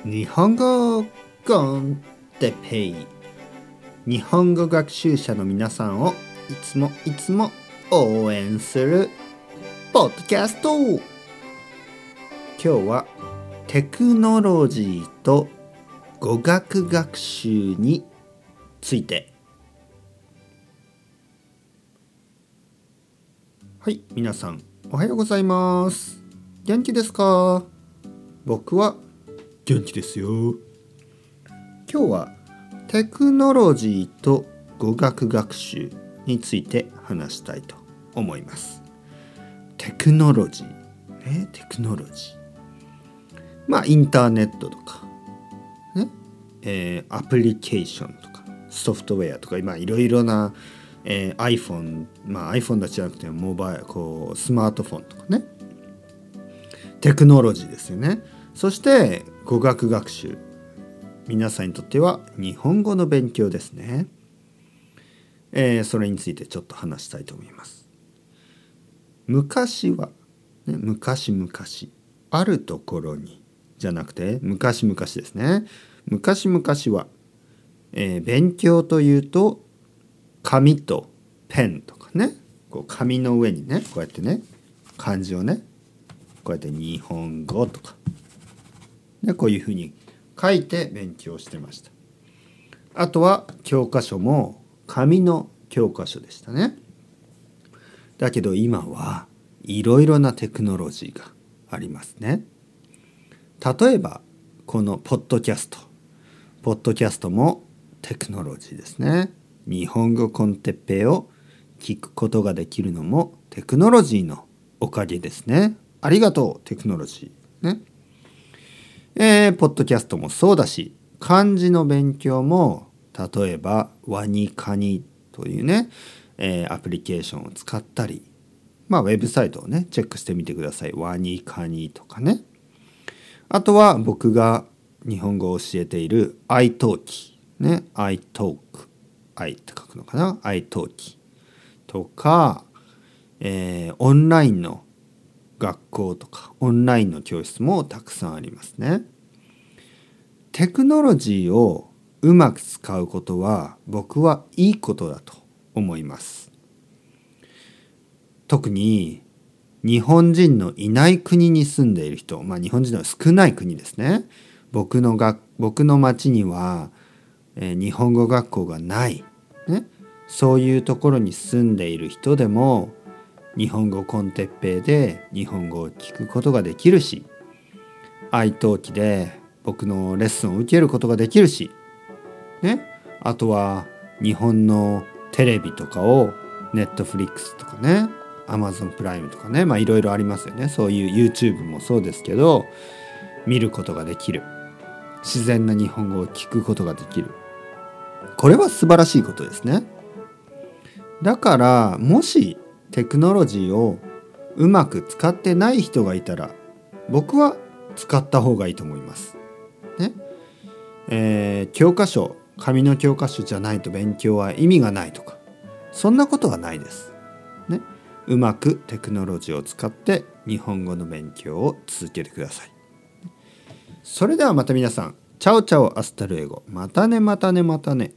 日本語コンテペイ、日本語学習者の皆さんをいつも応援するポッドキャスト。今日はテクノロジーと語学学習について。はい、皆さんおはようございます。元気ですか？僕は元気ですよ。今日はテクノロジーと語学学習について話したいと思います。テクノロジー、テクノロジー、インターネットとか、アプリケーションとかソフトウェアとか、いろいろな、iPhone だけじゃなくてモバイル、スマートフォンとかね、テクノロジーですよね。そして語学学習、皆さんにとっては日本語の勉強ですね。それについてちょっと話したいと思います。昔は、昔々あるところにじゃなくて昔々ですね。昔々は、勉強というと紙とペンとかね、紙の上にねこうやってね漢字をねこうやって日本語とかこういうふうに書いて勉強してました。あとは教科書も紙の教科書でしたね。だけど今はいろいろなテクノロジーがありますね。例えばこのポッドキャストもテクノロジーですね。日本語コンテッペイを聞くことができるのもテクノロジーのおかげですね。ありがとうテクノロジーね。ポッドキャストもそうだし、漢字の勉強も例えばワニカニというね、アプリケーションを使ったり、ウェブサイトをねチェックしてみてください。ワニカニとかね。あとは僕が日本語を教えている iTalki ね、iTalk って書くのかな、 iTalki とか、オンラインの学校とかオンラインの教室もたくさんありますね。テクノロジーをうまく使うことは僕はいいことだと思います。特に日本人のいない国に住んでいる人、日本人の少ない国ですね。僕の町には、日本語学校がない、そういうところに住んでいる人でも日本語コンテッペイで日本語を聞くことができるし、iTalkiで僕のレッスンを受けることができるし、あとは日本のテレビとかを Netflix とかね、Amazon プライムとかね、いろいろありますよね。そういう YouTube もそうですけど、見ることができる。自然な日本語を聞くことができる。これは素晴らしいことですね。だからもしテクノロジーをうまく使ってない人がいたら、僕は使った方がいいと思います。教科書、紙の教科書じゃないと勉強は意味がないとか、そんなことはないです。うまくテクノロジーを使って日本語の勉強を続けてください。それではまた皆さん、チャオチャオアスタルエゴ。またね。